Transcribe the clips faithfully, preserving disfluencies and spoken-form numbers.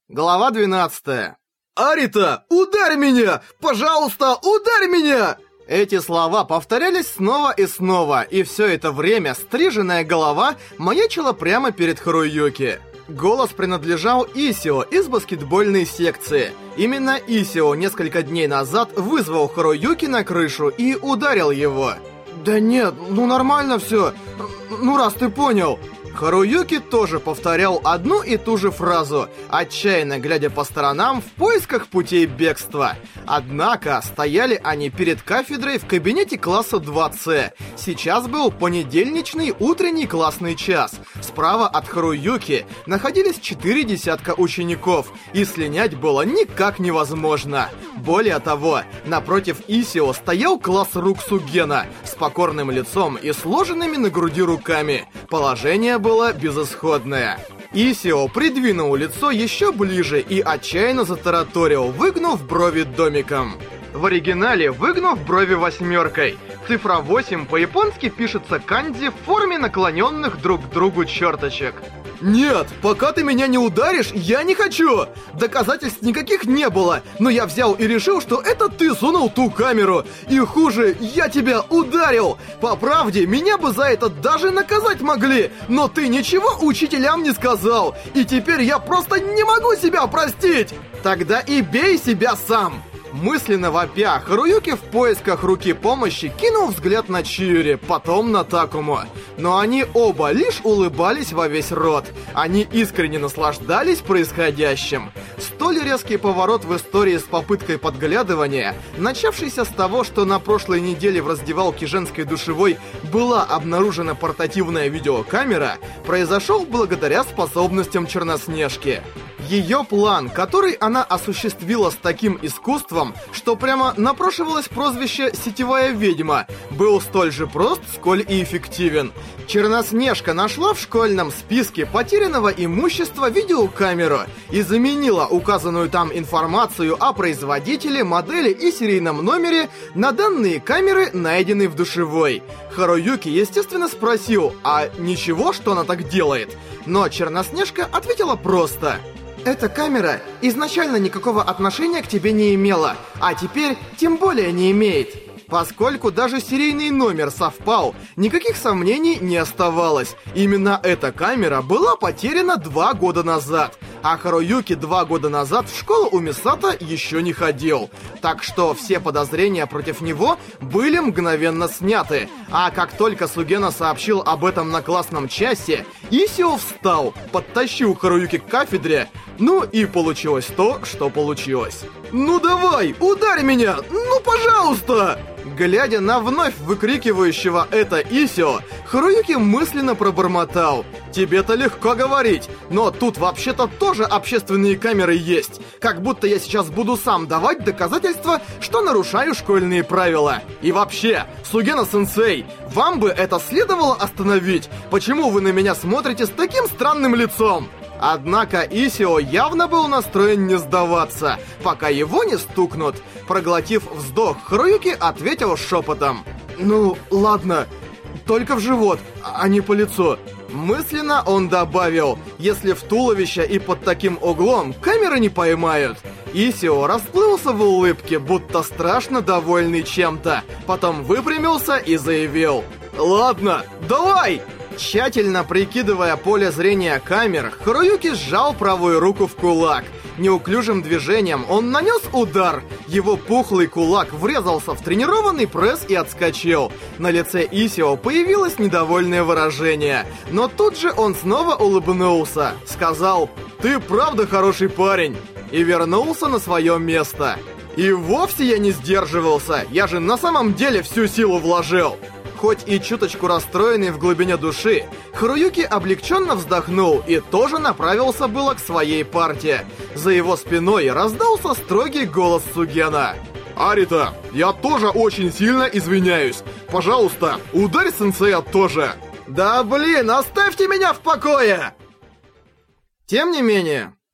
Глава двенадцатая. «Арита, ударь меня! Пожалуйста, ударь меня!» Эти слова повторялись снова и снова, и все это время стриженная голова маячила прямо перед Харуюки. Голос принадлежал Исио из баскетбольной секции. Именно Исио несколько дней назад вызвал Харуюки на крышу и ударил его. «Да нет, ну нормально все. Ну раз ты понял». Харуюки тоже повторял одну и ту же фразу, отчаянно глядя по сторонам в поисках путей бегства. Однако стояли они перед кафедрой в кабинете класса два С. Сейчас был понедельничный утренний классный час. Справа от Харуюки находились четыре десятка учеников, и слинять было никак невозможно. Более того, напротив Исио стоял класс рук Сугена с покорным лицом и сложенными на груди руками. Положение было безысходное. Исио придвинул лицо еще ближе и отчаянно затараторил, выгнув брови домиком. В оригинале выгнув брови восьмеркой. Цифра восемь по-японски пишется канзи в форме наклоненных друг к другу черточек. «Нет, пока ты меня не ударишь, я не хочу! Доказательств никаких не было, но я взял и решил, что это ты сунул ту камеру. И хуже, я тебя ударил! По правде, меня бы за это даже наказать могли, но ты ничего учителям не сказал, и теперь я просто не могу себя простить! Тогда и бей себя сам!» Мысленно вопя, Харуюки в поисках руки помощи кинул взгляд на Чиури, потом на Такому. Но они оба лишь улыбались во весь рот. Они искренне наслаждались происходящим. Столь резкий поворот в истории с попыткой подглядывания, начавшийся с того, что на прошлой неделе в раздевалке женской душевой была обнаружена портативная видеокамера, произошел благодаря способностям Черноснежки. Ее план, который она осуществила с таким искусством, что прямо напрошивалось прозвище «сетевая ведьма», был столь же прост, сколь и эффективен. Черноснежка нашла в школьном списке потерянного имущества видеокамеру и заменила указанную там информацию о производителе, модели и серийном номере на данные камеры, найденные в душевой. Харуюки, естественно, спросил, а ничего, что она так делает? Но Черноснежка ответила просто: «Эта камера изначально никакого отношения к тебе не имела, а теперь тем более не имеет». Поскольку даже серийный номер совпал, никаких сомнений не оставалось. Именно эта камера была потеряна два года назад, а Харуюки два года назад в школу у Мисато еще не ходил. Так что все подозрения против него были мгновенно сняты. А как только Сугена сообщил об этом на классном часе, Исио встал, подтащил Харуюки к кафедре, ну и получилось то, что получилось. «Ну давай, ударь меня! Ну пожалуйста!» Глядя на вновь выкрикивающего это Исио, Харуюки мысленно пробормотал: «Тебе-то легко говорить, но тут вообще-то тоже общественные камеры есть. Как будто я сейчас буду сам давать доказательства, что нарушаю школьные правила. И вообще, Сугена-сенсей, вам бы это следовало остановить? Почему вы на меня смотрите с таким странным лицом?» Однако Исио явно был настроен не сдаваться, пока его не стукнут. Проглотив вздох, Харуюки ответил шепотом: «Ну, ладно, только в живот, а не по лицу». Мысленно он добавил: «Если в туловище и под таким углом, камеры не поймают». Исио расплылся в улыбке, будто страшно довольный чем-то. Потом выпрямился и заявил: «Ладно, давай!» Тщательно прикидывая поле зрения камер, Харуюки сжал правую руку в кулак. Неуклюжим движением он нанес удар. Его пухлый кулак врезался в тренированный пресс и отскочил. На лице Исио появилось недовольное выражение. Но тут же он снова улыбнулся, сказал: «Ты правда хороший парень», и вернулся на свое место. И вовсе я не сдерживался, я же на самом деле всю силу вложил. Хоть и чуточку расстроенный в глубине души, Харуюки облегченно вздохнул и тоже направился было к своей парте. За его спиной раздался строгий голос Сугена: «Арита, я тоже очень сильно извиняюсь. Пожалуйста, ударь сенсея тоже». «Да блин, оставьте меня в покое!» Тем не менее,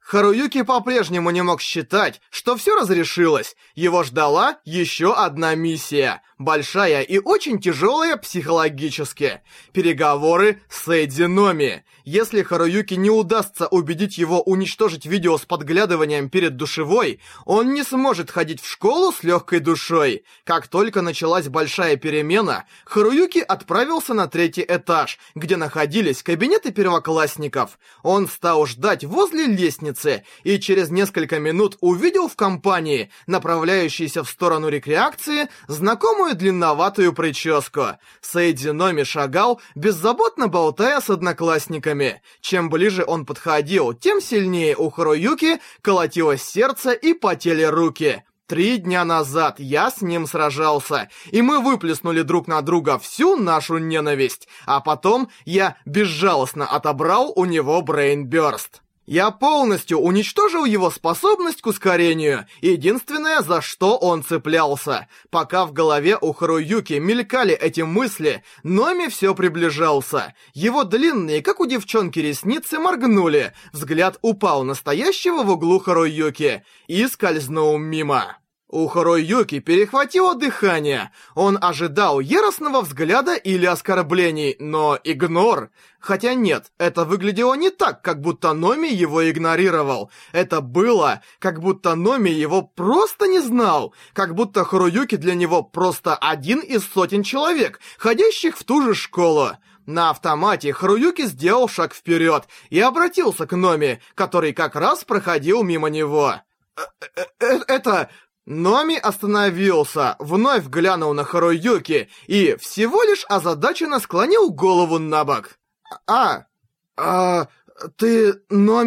Харуюки по-прежнему не мог считать, что все разрешилось. Его ждала еще одна миссия. Большая и очень тяжелая психологически. Переговоры с Эйдзи Номи. Если Харуюки не удастся убедить его уничтожить видео с подглядыванием перед душевой, он не сможет ходить в школу с легкой душой. Как только началась большая перемена, Харуюки отправился на третий этаж, где находились кабинеты первоклассников. Он стал ждать возле лестницы и через несколько минут увидел в компании, направляющейся в сторону рекреации, знакомую длинноватую прическу. Сэйдзи Номи шагал, беззаботно болтая с одноклассниками. Чем ближе он подходил, тем сильнее у Харуюки колотилось сердце и потели руки. Три дня назад я с ним сражался, и мы выплеснули друг на друга всю нашу ненависть, а потом я безжалостно отобрал у него брейнбёрст. Я полностью уничтожил его способность к ускорению, единственное, за что он цеплялся. Пока в голове у Харуюки мелькали эти мысли, Номи все приближался. Его длинные, как у девчонки, ресницы моргнули, взгляд упал на стоящего в углу Харуюки и скользнул мимо. У Харуюки перехватило дыхание. Он ожидал яростного взгляда или оскорблений, но игнор... Хотя нет, это выглядело не так, как будто Номи его игнорировал. Это было, как будто Номи его просто не знал. Как будто Харуюки для него просто один из сотен человек, ходящих в ту же школу. На автомате Харуюки сделал шаг вперед и обратился к Номи, который как раз проходил мимо него. «Это...» Номи остановился, вновь глянул на Харуюки и всего лишь озадаченно склонил голову набок. «А, а, ты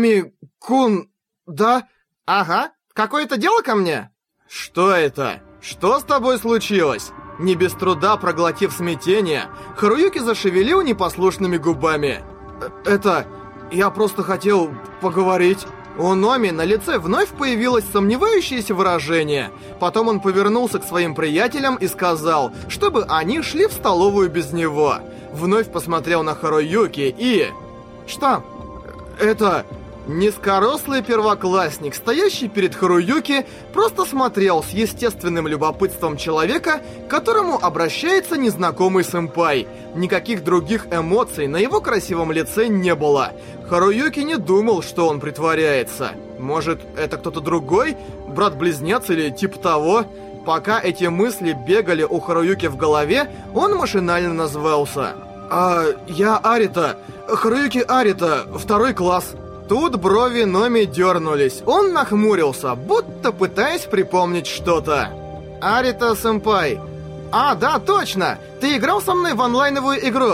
Номи-кун, да?» «Ага, какое-то дело ко мне?» «Что это? Что с тобой случилось?» Не без труда проглотив смятение, Харуюки зашевелил непослушными губами. «Это... я просто хотел поговорить». У Номи на лице вновь появилось сомневающееся выражение. Потом он повернулся к своим приятелям и сказал, чтобы они шли в столовую без него. Вновь посмотрел на Харуюки и... Что? Это... Низкорослый первоклассник, стоящий перед Харуюки, просто смотрел с естественным любопытством человека, к которому обращается незнакомый сэмпай. Никаких других эмоций на его красивом лице не было. Харуюки не думал, что он притворяется. Может, это кто-то другой? Брат-близнец или типа того? Пока эти мысли бегали у Харуюки в голове, он машинально назвался. «А, я Арита. Харуюки Арита, второй класс». Тут брови Номи дернулись. Он нахмурился, будто пытаясь припомнить что-то. «Арита-сэмпай. А, да, точно! Ты играл со мной в онлайновую игру?»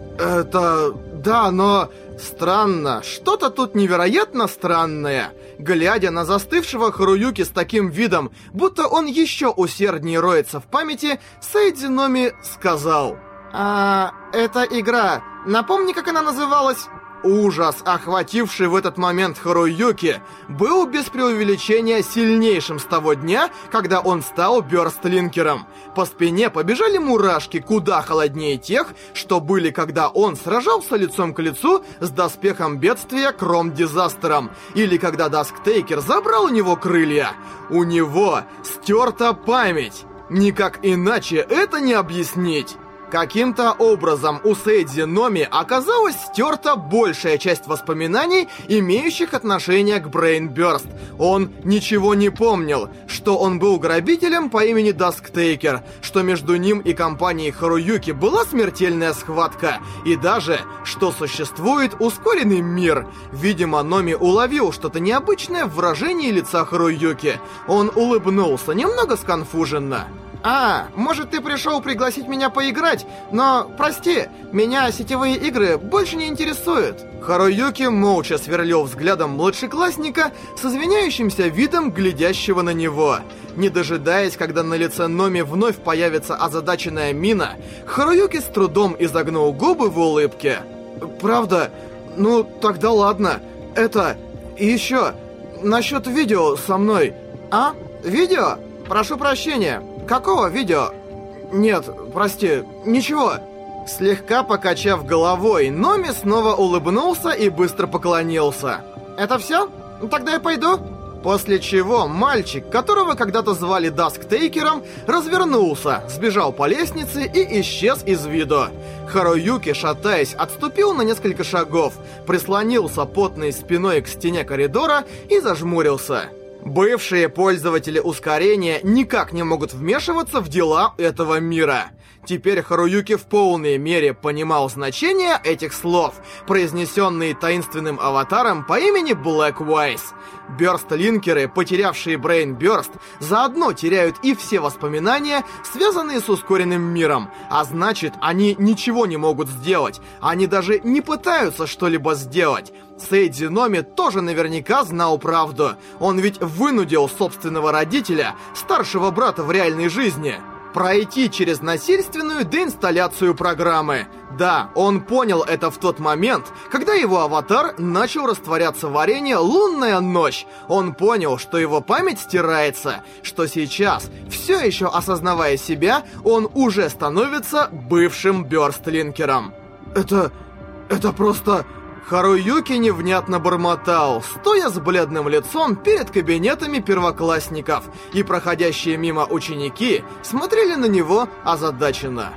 «Это... да, но... странно. Что-то тут невероятно странное». Глядя на застывшего Харуюки с таким видом, будто он еще усерднее роется в памяти, Сэйдзи Номи сказал: «А... эта игра... напомни, как она называлась?» Ужас, охвативший в этот момент Харуюки, был без преувеличения сильнейшим с того дня, когда он стал бёрстлинкером. По спине побежали мурашки куда холоднее тех, что были, когда он сражался лицом к лицу с доспехом бедствия Кром-Дизастером, или когда Дасктейкер забрал у него крылья. У него стерта память. Никак иначе это не объяснить. Каким-то образом у Сэйдзи Номи оказалась стерта большая часть воспоминаний, имеющих отношение к Брейнбёрст. Он ничего не помнил, что он был грабителем по имени Дасктейкер, что между ним и компанией Харуюки была смертельная схватка, и даже, что существует ускоренный мир. Видимо, Номи уловил что-то необычное в выражении лица Харуюки. Он улыбнулся, немного сконфуженно. «А, может, ты пришел пригласить меня поиграть, но, прости, меня сетевые игры больше не интересуют». Харуюки молча сверлил взглядом младшеклассника с извиняющимся видом глядящего на него. Не дожидаясь, когда на лице Номи вновь появится озадаченная мина, Харуюки с трудом изогнул губы в улыбке. «Правда? Ну, тогда ладно. Это... и еще... насчет видео со мной». «А? Видео? Прошу прощения. Какого видео?» «Нет, прости, ничего». Слегка покачав головой, Номи снова улыбнулся и быстро поклонился. «Это все? Тогда я пойду. После чего мальчик, которого когда-то звали Дасктейкером, развернулся, сбежал по лестнице и исчез из виду. Харуюки, шатаясь, отступил на несколько шагов, прислонился потной спиной к стене коридора и зажмурился. Бывшие пользователи ускорения никак не могут вмешиваться в дела этого мира. Теперь Харуюки в полной мере понимал значение этих слов, произнесенные таинственным аватаром по имени Блэквайз. Бёрст-линкеры, потерявшие Брейн-бёрст, заодно теряют и все воспоминания, связанные с ускоренным миром, а значит, они ничего не могут сделать, они даже не пытаются что-либо сделать. Сейдзи Номи тоже наверняка знал правду, он ведь вынудил собственного родителя, старшего брата в реальной жизни, пройти через насильственную деинсталляцию программы. Да, он понял это в тот момент, когда его аватар начал растворяться в арене «Лунная ночь». Он понял, что его память стирается, что сейчас, все еще осознавая себя, он уже становится бывшим бёрстлинкером. Это... это просто... Харуюки невнятно бормотал, стоя с бледным лицом перед кабинетами первоклассников, и проходящие мимо ученики смотрели на него озадаченно.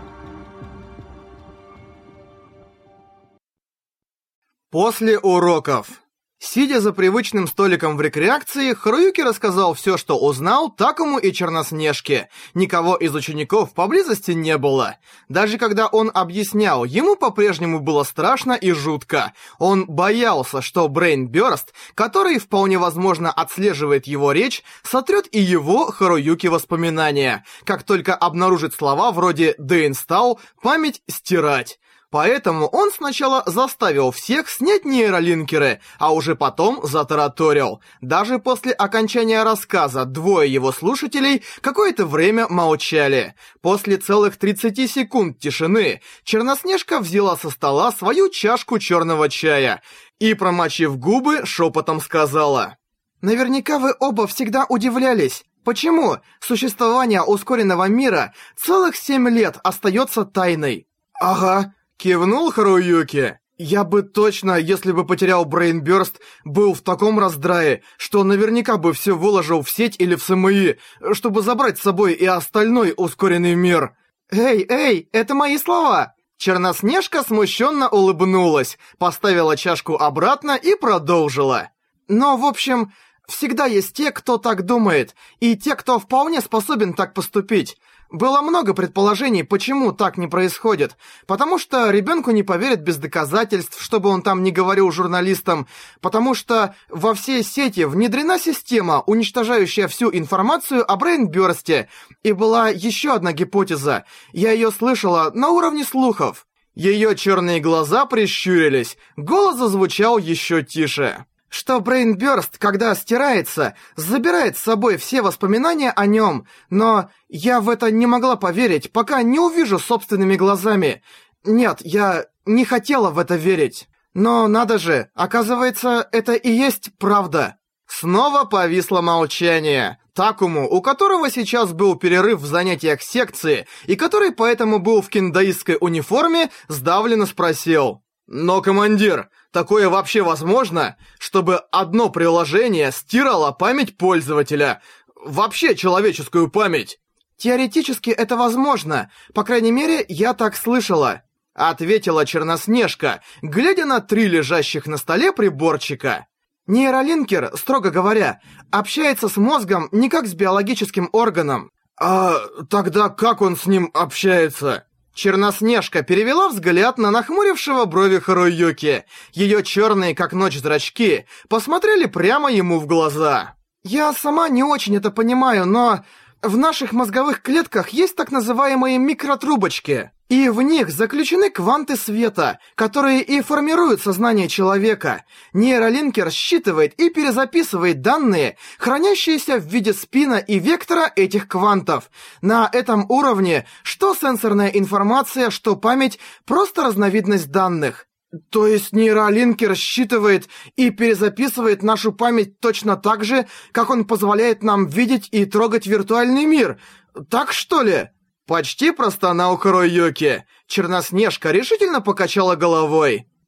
После уроков. Сидя за привычным столиком в рекреации, Харуюки рассказал все, что узнал Такому и Черноснежке. Никого из учеников поблизости не было. Даже когда он объяснял, ему по-прежнему было страшно и жутко. Он боялся, что Брейн-бёрст, который вполне возможно отслеживает его речь, сотрет и его, Харуюки, воспоминания. Как только обнаружит слова вроде «деинстал», память «стирать». Поэтому он сначала заставил всех снять нейролинкеры, а уже потом затараторил. Даже после окончания рассказа двое его слушателей какое-то время молчали. После целых тридцати секунд тишины Черноснежка взяла со стола свою чашку черного чая и, промочив губы, шепотом сказала: «Наверняка вы оба всегда удивлялись. Почему существование ускоренного мира целых семь лет остается тайной?» «Ага», — кивнул Харуюки. «Я бы точно, если бы потерял Брейн-бёрст, был в таком раздрае, что наверняка бы все выложил в сеть или в СМИ, чтобы забрать с собой и остальной ускоренный мир». «Эй, эй, это мои слова!» Черноснежка смущенно улыбнулась, поставила чашку обратно и продолжила. «Но, в общем, всегда есть те, кто так думает, и те, кто вполне способен так поступить. Было много предположений, почему так не происходит. Потому что ребенку не поверят без доказательств, чтобы он там не говорил журналистам. Потому что во всей сети внедрена система, уничтожающая всю информацию о Брейн-бёрсте. И была еще одна гипотеза. Я ее слышала на уровне слухов». Ее черные глаза прищурились. Голос зазвучал еще тише. Что Брейн-бёрст, когда стирается, забирает с собой все воспоминания о нем, но я в это не могла поверить, пока не увижу собственными глазами. Нет, я не хотела в это верить. Но надо же, оказывается, это и есть правда. Снова повисло молчание. Такому, у которого сейчас был перерыв в занятиях секции, и который поэтому был в кендаистской униформе, сдавленно спросил: «Но, командир, такое вообще возможно, чтобы одно приложение стирало память пользователя? Вообще человеческую память?» «Теоретически это возможно. По крайней мере, я так слышала», — ответила Черноснежка, глядя на три лежащих на столе приборчика. «Нейролинкер, строго говоря, общается с мозгом не как с биологическим органом». «А тогда как он с ним общается?» Черноснежка перевела взгляд на нахмурившего брови Харуюки. Ее черные, как ночь, зрачки посмотрели прямо ему в глаза. «Я сама не очень это понимаю, но в наших мозговых клетках есть так называемые микротрубочки, и в них заключены кванты света, которые и формируют сознание человека. Нейролинкер считывает и перезаписывает данные, хранящиеся в виде спина и вектора этих квантов. На этом уровне что сенсорная информация, что память — просто разновидность данных». «То есть нейролинкер считывает и перезаписывает нашу память точно так же, как он позволяет нам видеть и трогать виртуальный мир? Так что ли?» Почти простонал Харуюки. Черноснежка решительно покачала головой.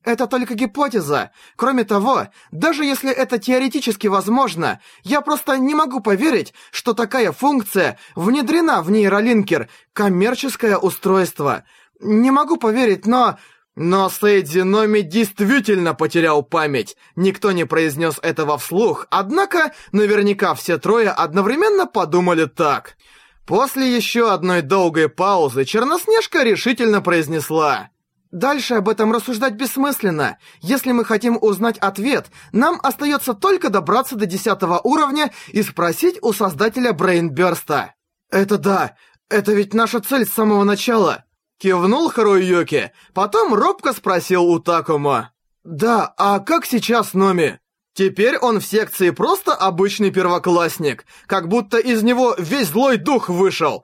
Это только гипотеза. Кроме того, даже если это теоретически возможно, я просто не могу поверить, что такая функция внедрена в нейролинкер, коммерческое устройство. Не могу поверить, но... Но Сейдзи Номи действительно потерял память. Никто не произнес этого вслух, однако наверняка все трое одновременно подумали так. После еще одной долгой паузы Черноснежка решительно произнесла: «Дальше об этом рассуждать бессмысленно. Если мы хотим узнать ответ, нам остается только добраться до десятого уровня и спросить у создателя Брейнбёрста». «Это да, это ведь наша цель с самого начала», — кивнул Харуюки, потом робко спросил у Такумо: «Да, а как сейчас Номи?» Теперь он в секции просто обычный первоклассник, как будто из него весь злой дух вышел.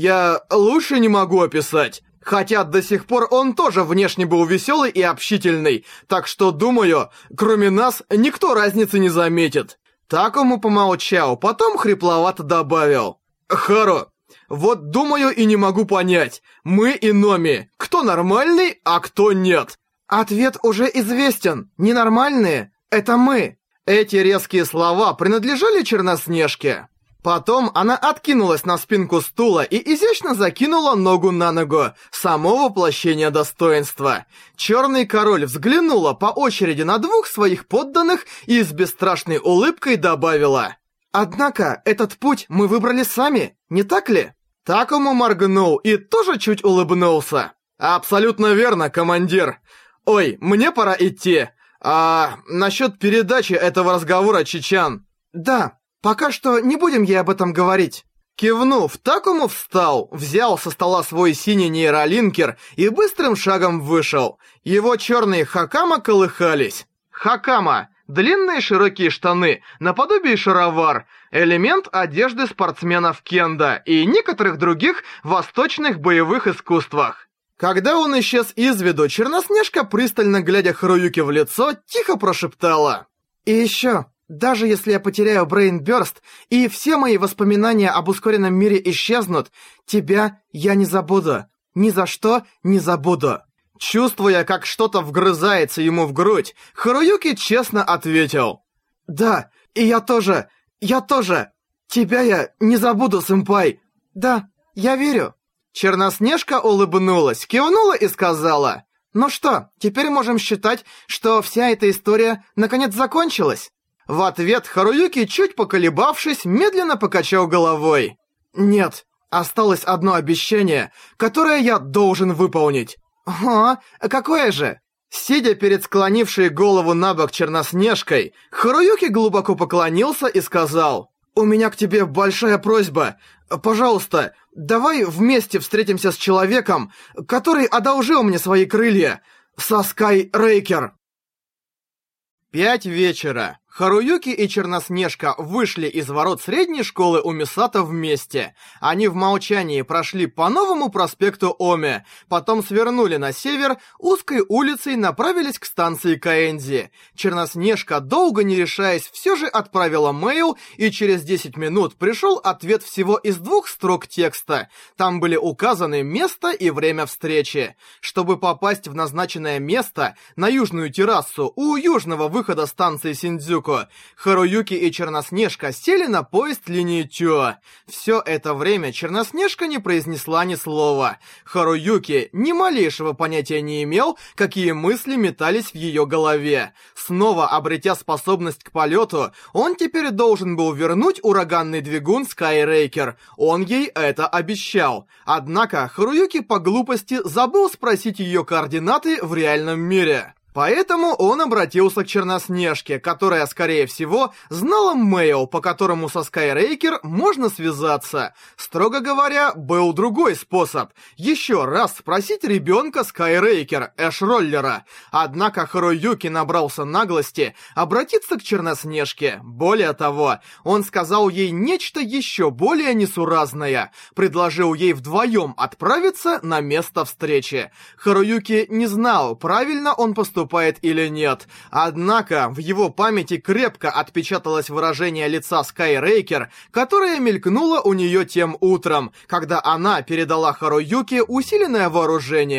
Я лучше не могу описать. Хотя до сих пор он тоже внешне был веселый и общительный, так что, думаю, кроме нас, никто разницы не заметит. Такому помолчал, потом хрипловато добавил: «Хару, вот думаю и не могу понять, мы и Номи, кто нормальный, а кто нет?» «Ответ уже известен, ненормальные — это мы». Эти резкие слова принадлежали Черноснежке. Потом она откинулась на спинку стула и изящно закинула ногу на ногу. Само воплощение достоинства. Черный король взглянула по очереди на двух своих подданных и с бесстрашной улыбкой добавила: «Однако этот путь мы выбрали сами, не так ли?» Такому моргнул и тоже чуть улыбнулся. «Абсолютно верно, командир. Ой, мне пора идти. А насчет передачи этого разговора, Чичан?» «Да. Пока что не будем ей об этом говорить». Кивнув, Такому встал, взял со стола свой синий нейролинкер и быстрым шагом вышел. Его черные хакама колыхались. Хакама – длинные широкие штаны, наподобие шаровар, элемент одежды спортсменов кендо и некоторых других восточных боевых искусствах. Когда он исчез из виду, Черноснежка, пристально глядя Харуюки в лицо, тихо прошептала: «И еще... Даже если я потеряю Брейнбёрст, и все мои воспоминания об ускоренном мире исчезнут, тебя я не забуду. Ни за что не забуду». Чувствуя, как что-то вгрызается ему в грудь, Харуюки честно ответил: «Да, и я тоже, я тоже. Тебя я не забуду, сэмпай. Да, я верю». Черноснежка улыбнулась, кивнула и сказала: «Ну что, теперь можем считать, что вся эта история наконец закончилась?» В ответ Харуюки, чуть поколебавшись, медленно покачал головой. «Нет, осталось одно обещание, которое я должен выполнить». «О, какое же?» Сидя перед склонившей голову набок Черноснежкой, Харуюки глубоко поклонился и сказал: «У меня к тебе большая просьба. Пожалуйста, давай вместе встретимся с человеком, который одолжил мне свои крылья, со Скайрейкер». Пять вечера. Харуюки и Черноснежка вышли из ворот средней школы у Мисато вместе. Они в молчании прошли по новому проспекту Оме, потом свернули на север, узкой улицей направились к станции Каэнзи. Черноснежка, долго не решаясь, все же отправила мейл, и через десять минут пришел ответ всего из двух строк текста. Там были указаны место и время встречи. Чтобы попасть в назначенное место, на южную террасу у южного выхода станции Синдзюку, Харуюки и Черноснежка сели на поезд линии Тюо. Все это время Черноснежка не произнесла ни слова. Харуюки ни малейшего понятия не имел, какие мысли метались в ее голове. Снова обретя способность к полету, он теперь должен был вернуть ураганный двигун Скайрейкер. Он ей это обещал. Однако Харуюки по глупости забыл спросить ее координаты в реальном мире. Поэтому он обратился к Черноснежке, которая, скорее всего, знала мейл, по которому со Скайрейкер можно связаться. Строго говоря, был другой способ. Еще раз спросить ребенка Скайрейкер, Эш-роллера. Однако Харуюки набрался наглости обратиться к Черноснежке. Более того, он сказал ей нечто еще более несуразное. Предложил ей вдвоем отправиться на место встречи. Харуюки не знал, правильно он поступает или нет. Однако в его памяти крепко отпечаталось выражение лица Скайрейкер, которое мелькнуло у нее тем утром, когда она передала Харуюке усиленное вооружение.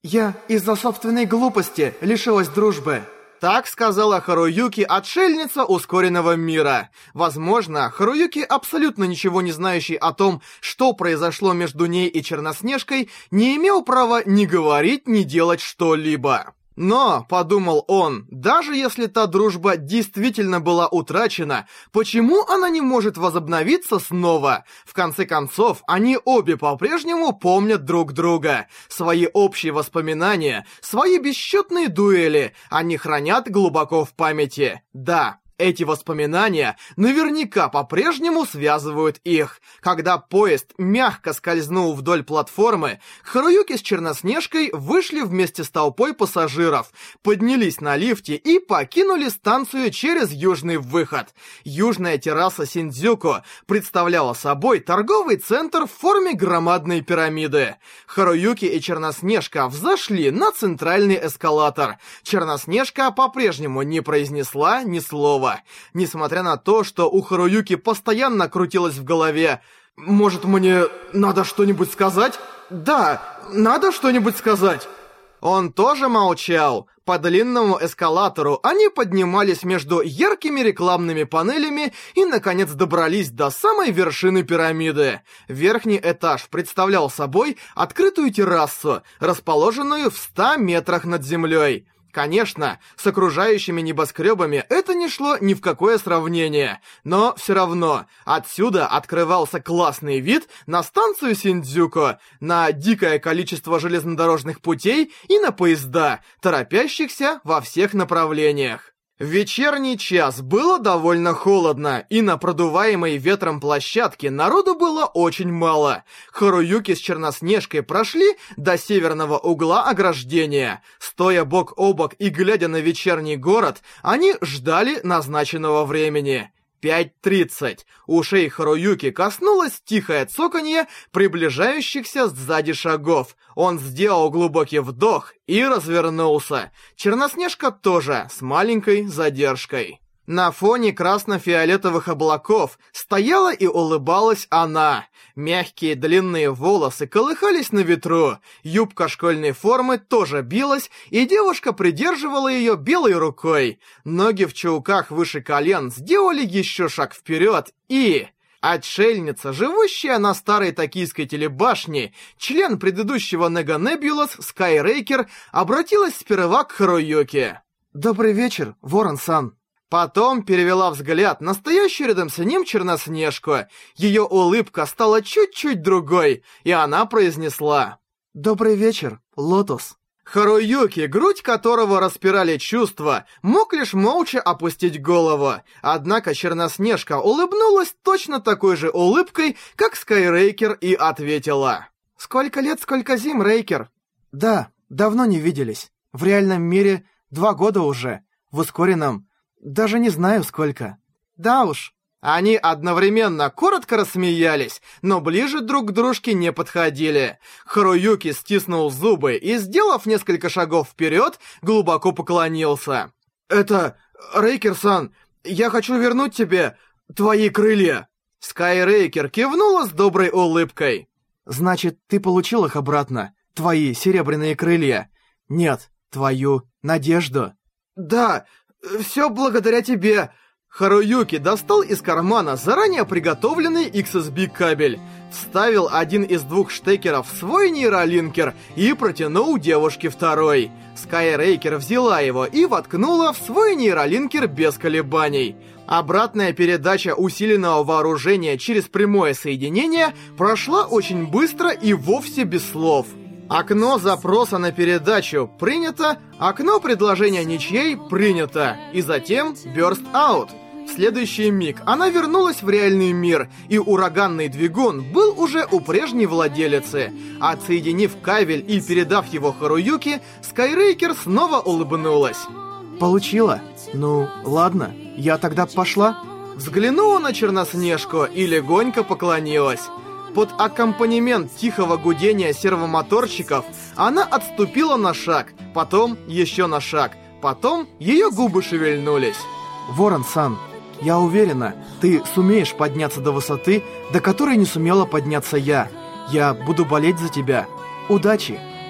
Я из-за собственной глупости лишилась дружбы. Так сказала Харуюки, отшельница ускоренного мира. Возможно, Харуюки, абсолютно ничего не знающий о том, что произошло между ней и Черноснежкой, не имел права ни говорить, ни делать что-либо. Но, подумал он, даже если та дружба действительно была утрачена, почему она не может возобновиться снова? В конце концов, они обе по-прежнему помнят друг друга. Свои общие воспоминания, свои бесчетные дуэли они хранят глубоко в памяти. Да. Эти воспоминания наверняка по-прежнему связывают их. Когда поезд мягко скользнул вдоль платформы, Харуюки с Черноснежкой вышли вместе с толпой пассажиров, поднялись на лифте и покинули станцию через южный выход. Южная терраса Синдзюку представляла собой торговый центр в форме громадной пирамиды. Харуюки и Черноснежка взошли на центральный эскалатор. Черноснежка по-прежнему не произнесла ни слова. Несмотря на то, что у Харуюки постоянно крутилось в голове: «Может, мне надо что-нибудь сказать? Да, надо что-нибудь сказать!» Он тоже молчал. По длинному эскалатору они поднимались между яркими рекламными панелями и, наконец, добрались до самой вершины пирамиды. Верхний этаж представлял собой открытую террасу, расположенную в ста метрах над землей. Конечно, с окружающими небоскребами это не шло ни в какое сравнение, но все равно отсюда открывался классный вид на станцию Синдзюку, на дикое количество железнодорожных путей и на поезда, торопящихся во всех направлениях. В вечерний час было довольно холодно, и на продуваемой ветром площадке народу было очень мало. Харуюки с Черноснежкой прошли до северного угла ограждения. Стоя бок о бок и глядя на вечерний город, они ждали назначенного времени. пять тридцать. Ушей Харуюки коснулось тихое цоканье приближающихся сзади шагов. Он сделал глубокий вдох и развернулся. Черноснежка тоже с маленькой задержкой. На фоне красно-фиолетовых облаков стояла и улыбалась она. Мягкие длинные волосы колыхались на ветру, юбка школьной формы тоже билась, и девушка придерживала ее белой рукой. Ноги в чулках выше колен сделали еще шаг вперед, и... Отшельница, живущая на старой токийской телебашне, член предыдущего Нега Небулас, Скайрейкер, обратилась сперва к Харуюке. «Добрый вечер, Ворон-сан». Потом перевела взгляд на стоящую рядом с ним Черноснежку. Ее улыбка стала чуть-чуть другой, и она произнесла: «Добрый вечер, Лотос». Харуюки, грудь которого распирали чувства, мог лишь молча опустить голову. Однако Черноснежка улыбнулась точно такой же улыбкой, как Скайрейкер, и ответила: «Сколько лет, сколько зим, Рейкер?» «Да, давно не виделись. В реальном мире два года уже. В ускоренном даже не знаю сколько». «Да уж». Они одновременно коротко рассмеялись, но ближе друг к дружке не подходили. Харуюки стиснул зубы и, сделав несколько шагов вперед, глубоко поклонился. «Это... Рейкер-сан, я хочу вернуть тебе твои крылья!» Скайрейкер кивнула с доброй улыбкой. «Значит, ты получил их обратно, твои серебряные крылья? Нет, твою надежду?» «Да, все благодаря тебе!» Харуюки достал из кармана заранее приготовленный икс эс би кабель, вставил один из двух штекеров в свой нейролинкер и протянул девушке второй. Скайрейкер взяла его и воткнула в свой нейролинкер без колебаний. Обратная передача усиленного вооружения через прямое соединение прошла очень быстро и вовсе без слов. Окно запроса на передачу принято, окно предложения ничьей принято, и затем burst out. В следующий миг она вернулась в реальный мир, и ураганный двигун был уже у прежней владелицы. Отсоединив кабель и передав его Харуюке, Скайрейкер снова улыбнулась. «Получила? Ну, ладно, я тогда пошла». Взглянула на Черноснежку и легонько поклонилась. Под аккомпанемент тихого гудения сервомоторчиков она отступила на шаг, потом еще на шаг, потом ее губы шевельнулись. «Ворон-сан, я уверена, ты сумеешь подняться до высоты, до которой не сумела подняться я. Я буду болеть за тебя. Удачи!»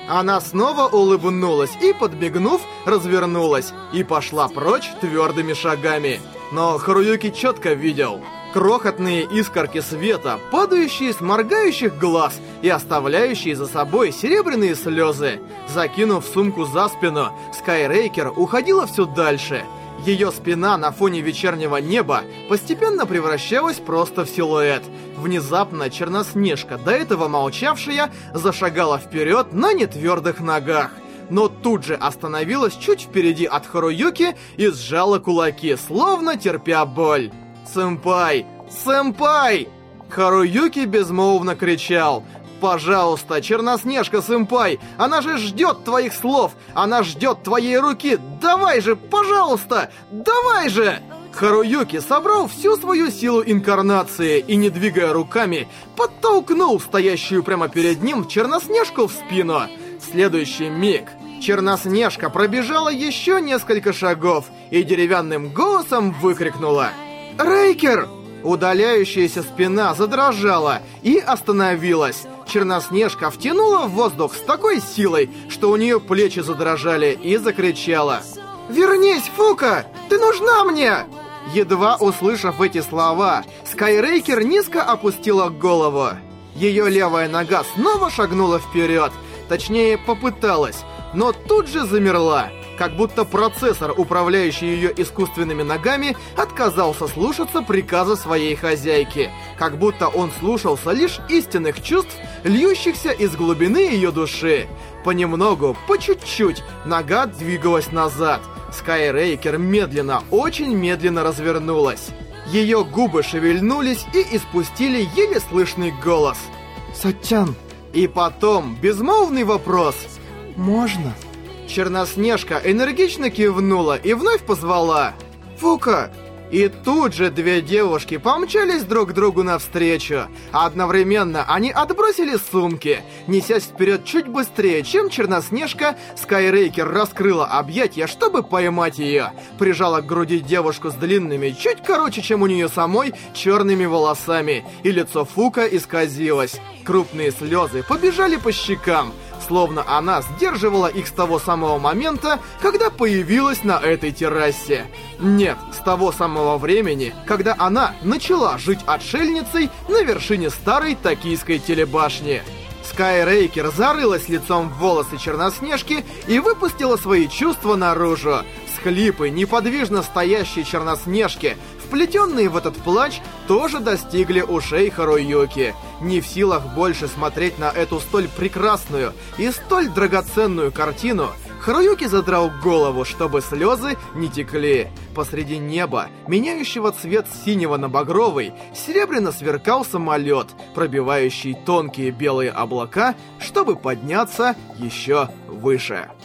Она снова улыбнулась и, подмигнув, развернулась и пошла прочь твердыми шагами. Но Харуюки четко видел крохотные искорки света, падающие с моргающих глаз и оставляющие за собой серебряные слезы. Закинув сумку за спину, Скайрейкер уходила все дальше. Ее спина на фоне вечернего неба постепенно превращалась просто в силуэт. Внезапно Черноснежка, до этого молчавшая, зашагала вперед на нетвердых ногах. Но тут же остановилась чуть впереди от Харуюки и сжала кулаки, словно терпя боль. «Сэмпай! Сэмпай!» Харуюки безмолвно кричал. «Пожалуйста, Черноснежка-сэмпай! Она же ждет твоих слов! Она ждет твоей руки! Давай же, пожалуйста! Давай же!» Харуюки собрал всю свою силу инкарнации и, не двигая руками, подтолкнул стоящую прямо перед ним Черноснежку в спину. В следующий миг Черноснежка пробежала еще несколько шагов и деревянным голосом выкрикнула: «Рейкер!» Удаляющаяся спина задрожала и остановилась. Черноснежка втянула в воздух с такой силой, что у нее плечи задрожали, и закричала: «Вернись, Фука! Ты нужна мне!» Едва услышав эти слова, Скайрейкер низко опустила голову. Ее левая нога снова шагнула вперед, точнее попыталась, но тут же замерла. Как будто процессор, управляющий ее искусственными ногами, отказался слушаться приказа своей хозяйки. Как будто он слушался лишь истинных чувств, льющихся из глубины ее души. Понемногу, по чуть-чуть, нога двигалась назад. Скайрейкер медленно, очень медленно развернулась. Ее губы шевельнулись и испустили еле слышный голос: «Сатян». И потом безмолвный вопрос: «Можно?» Черноснежка энергично кивнула и вновь позвала: «Фука!» И тут же две девушки помчались друг другу навстречу. А одновременно они отбросили сумки. Несясь вперед чуть быстрее, чем Черноснежка, Скайрейкер раскрыла объятия, чтобы поймать ее. Прижала к груди девушку с длинными, чуть короче, чем у нее самой, черными волосами. И лицо Фука исказилось. Крупные слезы побежали по щекам, словно она сдерживала их с того самого момента, когда появилась на этой террасе. Нет, с того самого времени, когда она начала жить отшельницей на вершине старой токийской телебашни. Скайрейкер зарылась лицом в волосы Черноснежки и выпустила свои чувства наружу. Всхлипы неподвижно стоящей Черноснежки, вплетенные в этот плач, тоже достигли ушей Харуюки. Не в силах больше смотреть на эту столь прекрасную и столь драгоценную картину, Харуюки задрал голову, чтобы слезы не текли. Посреди неба, меняющего цвет с синего на багровый, серебряно сверкал самолет, пробивающий тонкие белые облака, чтобы подняться еще выше.